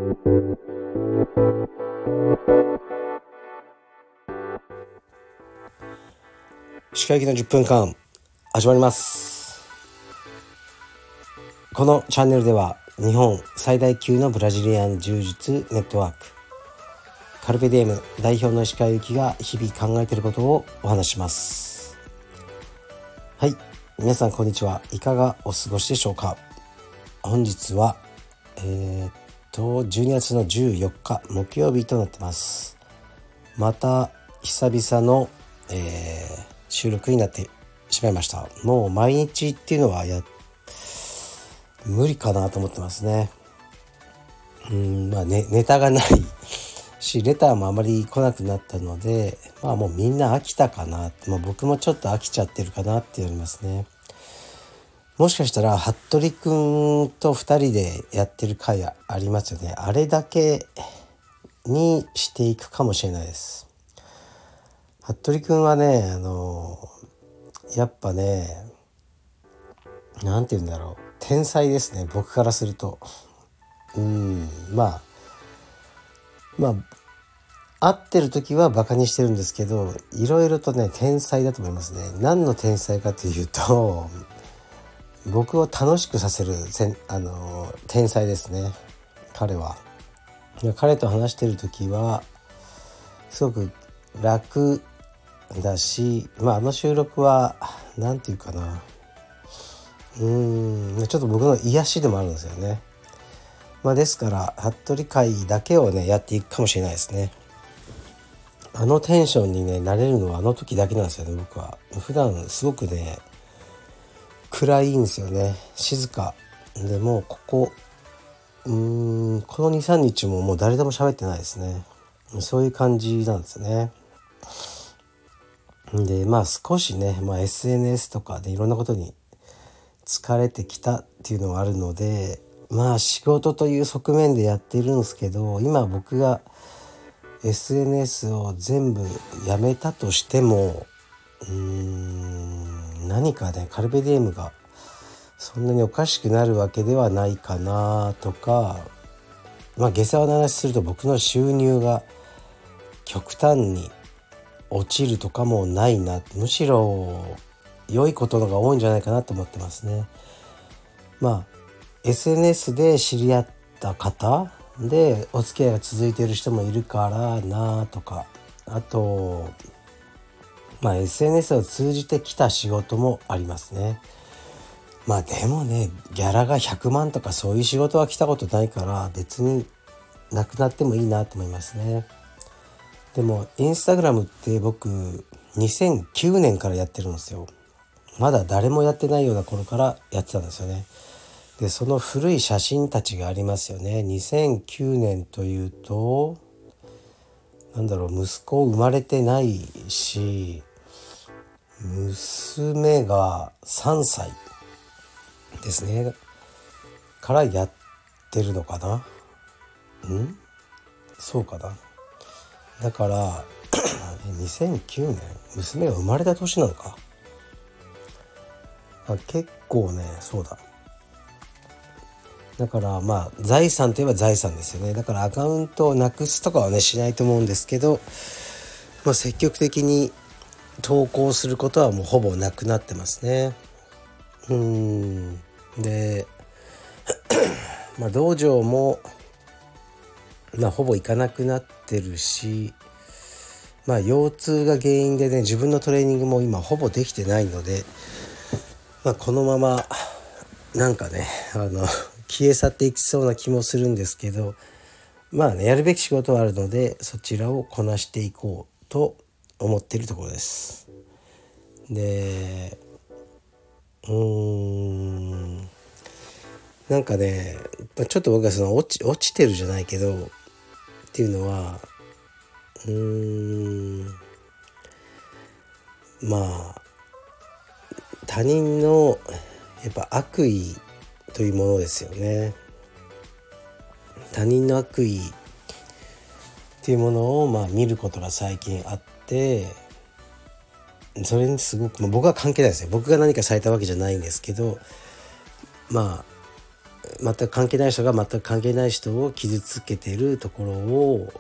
歯科医の10分間始まります。このチャンネルでは日本最大級のブラジリアン柔術ネットワークカルペディエム代表の石川由紀が日々考えていることをお話します。はい、皆さんこんにちは。いかがお過ごしでしょうか。本日は12月の14日木曜日となってます。また久々の、収録になってしまいました。もう毎日っていうのは無理かなと思ってますね。ネタがないし、レターもあまり来なくなったので、もうみんな飽きたかなって、僕もちょっと飽きちゃってるかなって言われますね。もしかしたら服部くんと2人でやってる回ありますよね。あれだけにしていくかもしれないです。服部くんはね、やっぱね、なんて言うんだろう、天才ですね、僕からすると。会ってる時はバカにしてるんですけど、いろいろとね天才だと思いますね。何の天才かというと、僕を楽しくさせる天才ですね、彼は。彼と話してる時はすごく楽だし、あの収録はなんていうかな、ちょっと僕の癒しでもあるんですよね。ですから服部会だけをねやっていくかもしれないですね。あのテンションにねなれるのはあの時だけなんですよね。僕は普段すごくね暗いんですよね。静かで、もうこの 2,3 日ももう誰とも喋ってないですね。そういう感じなんですよね。で少しね、SNS とかでいろんなことに疲れてきたっていうのはあるので、仕事という側面でやっているんですけど、今僕が SNS を全部やめたとしても何かねカルペディエムがそんなにおかしくなるわけではないかなとか、下世話な話すると僕の収入が極端に落ちるとかもないな、むしろ良いことのが多いんじゃないかなと思ってますね。SNS で知り合った方でお付き合いが続いている人もいるからなとか、あとSNS を通じてきた仕事もありますね。でもね、ギャラが100万とかそういう仕事は来たことないから、別になくなってもいいなと思いますね。でもインスタグラムって僕2009年からやってるんですよ。まだ誰もやってないような頃からやってたんですよね。でその古い写真たちがありますよね。2009年というと息子生まれてないし、娘が3歳ですねからやってるのかな。そうかな。だから2009年娘が生まれた年なのか。結構ね、そうだ。だから財産といえば財産ですよね。だからアカウントをなくすとかはねしないと思うんですけど、積極的に投稿することはもうほぼなくなってますね。で道場もほぼ行かなくなってるし、腰痛が原因でね自分のトレーニングも今ほぼできてないので、このまま消え去っていきそうな気もするんですけど、やるべき仕事はあるのでそちらをこなしていこうと思っているところです。でちょっと僕はその落ちてるじゃないけどっていうのは他人のやっぱ悪意というものですよね。他人の悪意っていうものを見ることが最近あって、それにすごく、僕は関係ないですね。僕が何かされたわけじゃないんですけど、 全く関係ない人が全く関係ない人を傷つけてるところを、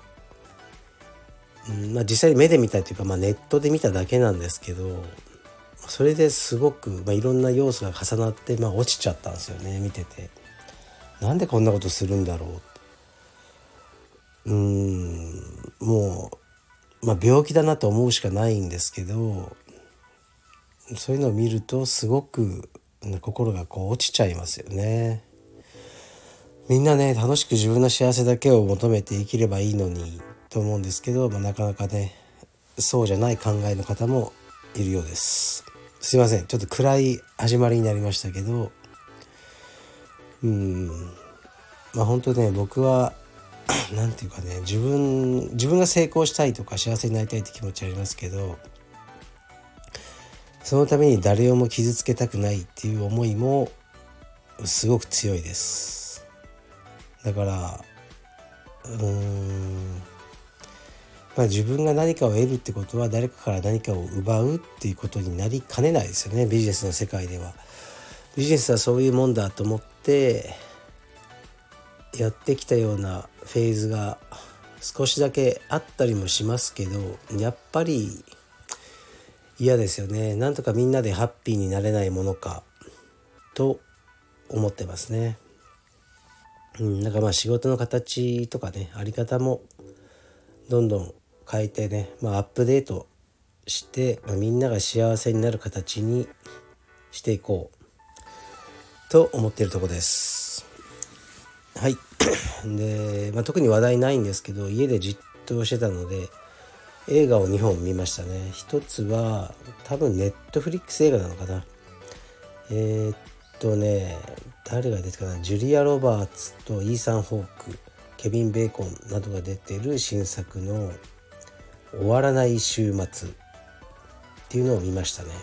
実際に目で見たというか、ネットで見ただけなんですけど、それですごく、いろんな要素が重なって、落ちちゃったんですよね。見ててなんでこんなことするんだろう。もう、病気だなと思うしかないんですけど、そういうのを見るとすごく心が落ちちゃいますよね。みんなね、楽しく自分の幸せだけを求めて生きればいいのにと思うんですけど、なかなかねそうじゃない考えの方もいるようです。すいません、ちょっと暗い始まりになりましたけど、本当ね、僕はなんていうかね、自分が成功したいとか幸せになりたいって気持ちありますけど、そのために誰をも傷つけたくないっていう思いもすごく強いです。だから自分が何かを得るってことは誰かから何かを奪うっていうことになりかねないですよね。ビジネスの世界ではビジネスはそういうもんだと思ってやってきたようなフェーズが少しだけあったりもしますけど、やっぱり嫌ですよね。なんとかみんなでハッピーになれないものかと思ってますね。だから仕事の形とかね、あり方もどんどん変えてね、アップデートして、みんなが幸せになる形にしていこうと思っているところです。はい。で、特に話題ないんですけど、家でじっとしてたので映画を2本見ましたね。一つは多分ネットフリックス映画なのかな。誰が出てかな、ジュリア・ロバーツとイーサン・ホーク、ケビン・ベーコンなどが出ている新作の終わらない週末っていうのを見ましたね。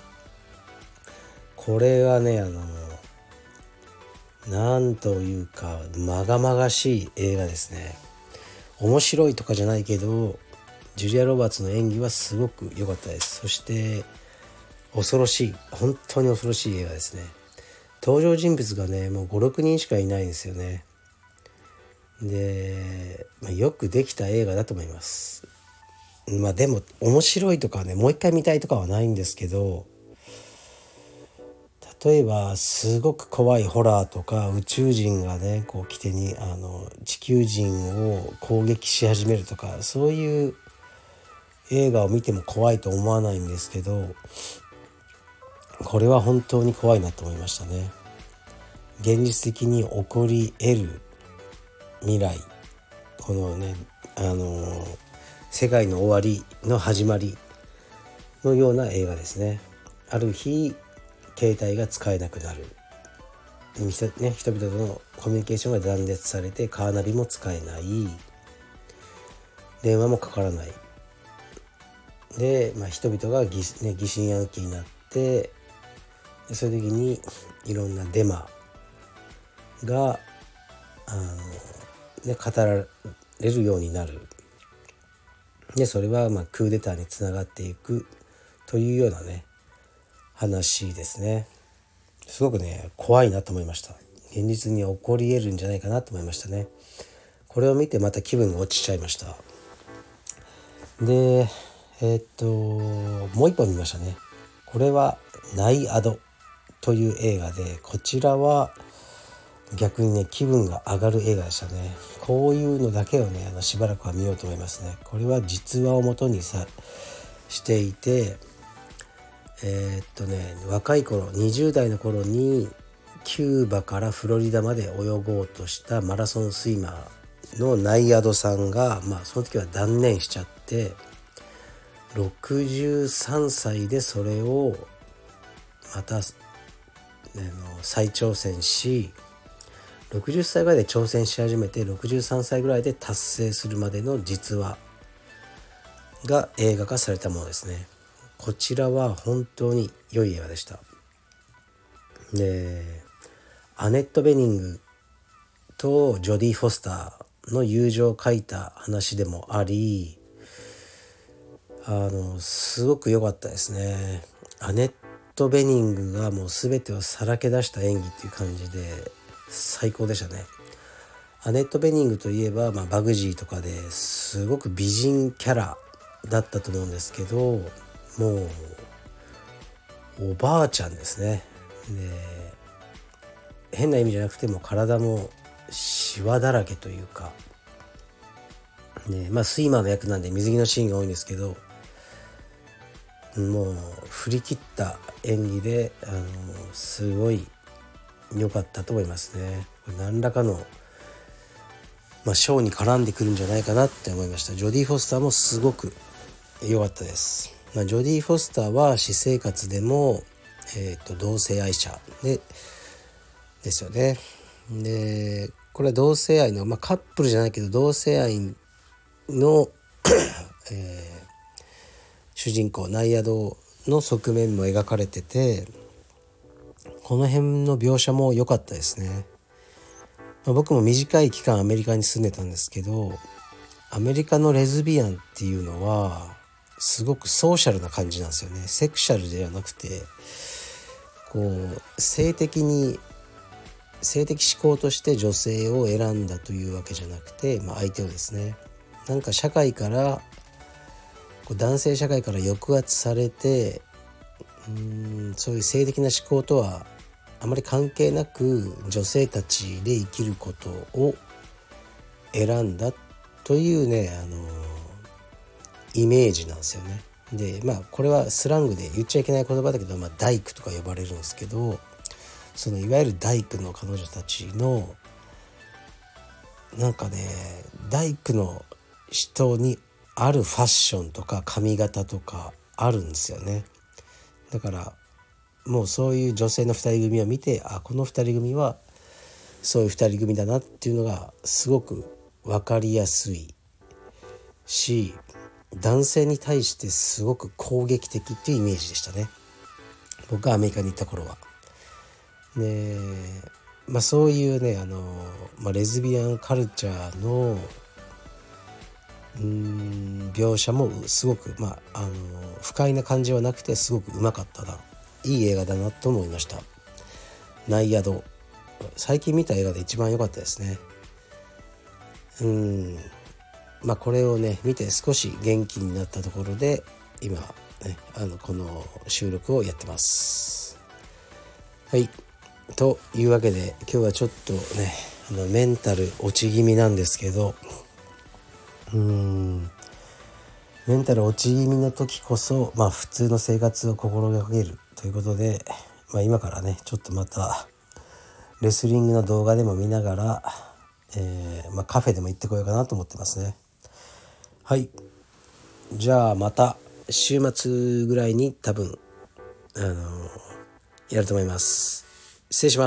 これはね、なんというかまがまがしい映画ですね。面白いとかじゃないけど、ジュリア・ロバーツの演技はすごく良かったです。そして恐ろしい、本当に恐ろしい映画ですね。登場人物がね、もう 5,6 人しかいないんですよね。で、よくできた映画だと思います。でも面白いとかね、もう一回見たいとかはないんですけど、例えばすごく怖いホラーとか、宇宙人がね来てに地球人を攻撃し始めるとか、そういう映画を見ても怖いと思わないんですけど、これは本当に怖いなと思いましたね。現実的に起こり得る未来、このね世界の終わりの始まりのような映画ですね。ある日携帯が使えなくなる、人々とのコミュニケーションが断絶されて、カーナビも使えない、電話もかからないで、人々が疑心暗鬼になって、そういう時にいろんなデマが語られるようになる。でそれはクーデターにつながっていくというようなね話ですね。すごくね怖いなと思いました。現実に起こり得るんじゃないかなと思いましたね。これを見てまた気分が落ちちゃいました。でもう一本見ましたね。これはナイアドという映画で、こちらは逆にね気分が上がる映画でしたね。こういうのだけをねしばらくは見ようと思いますね。これは実話をもとにしていて、若い頃20代の頃にキューバからフロリダまで泳ごうとしたマラソンスイマーのナイアドさんが、その時は断念しちゃって63歳でそれをまた、再挑戦し、60歳ぐらいで挑戦し始めて63歳ぐらいで達成するまでの実話が映画化されたものですね。こちらは本当に良い映画でした。でアネット・ベニングとジョディ・フォスターの友情を書いた話でもあり、すごく良かったですね。アネット・ベニングがもう全てをさらけ出した演技っていう感じで最高でしたね。アネット・ベニングといえば、バグジーとかですごく美人キャラだったと思うんですけど、もうおばあちゃんですね。で、変な意味じゃなくても体もシワだらけというか、スイマーの役なんで水着のシーンが多いんですけど、もう振り切った演技ですごい良かったと思いますね。何らかのショーに絡んでくるんじゃないかなって思いました。ジョディ・フォスターもすごく良かったです。ジョディ・フォスターは私生活でも、同性愛者ですよね。でこれは同性愛の、カップルじゃないけど同性愛の、主人公ナイアドの側面も描かれてて、この辺の描写も良かったですね。僕も短い期間アメリカに住んでたんですけど、アメリカのレズビアンっていうのはすごくソーシャルな感じなんですよね。セクシャルではなくて、こう性的思考として女性を選んだというわけじゃなくて、相手をですね、なんか社会から男性社会から抑圧されて、そういう性的な思考とはあまり関係なく女性たちで生きることを選んだというね、イメージなんですよね。でこれはスラングで言っちゃいけない言葉だけど、大工とか呼ばれるんですけど、そのいわゆる大工の彼女たちのなんかね、大工の人にあるファッションとか髪型とかあるんですよね。だからもうそういう女性の2人組を見て、この2人組はそういう2人組だなっていうのがすごく分かりやすいし、男性に対してすごく攻撃的っていうイメージでしたね、僕がアメリカに行った頃は。で、そういうねレズビアンカルチャーの描写もすごく不快な感じはなくて、すごくうまかったな、いい映画だなと思いました。ナイアド、最近見た映画で一番良かったですね。これをね見て少し元気になったところで、今ねこの収録をやってます。はい、というわけで今日はちょっとねメンタル落ち気味なんですけど、メンタル落ち気味の時こそ普通の生活を心がけるということで、今からねちょっとまたレスリングの動画でも見ながら、カフェでも行ってこようかなと思ってますね。はい、じゃあまた週末ぐらいに多分やると思います。失礼します。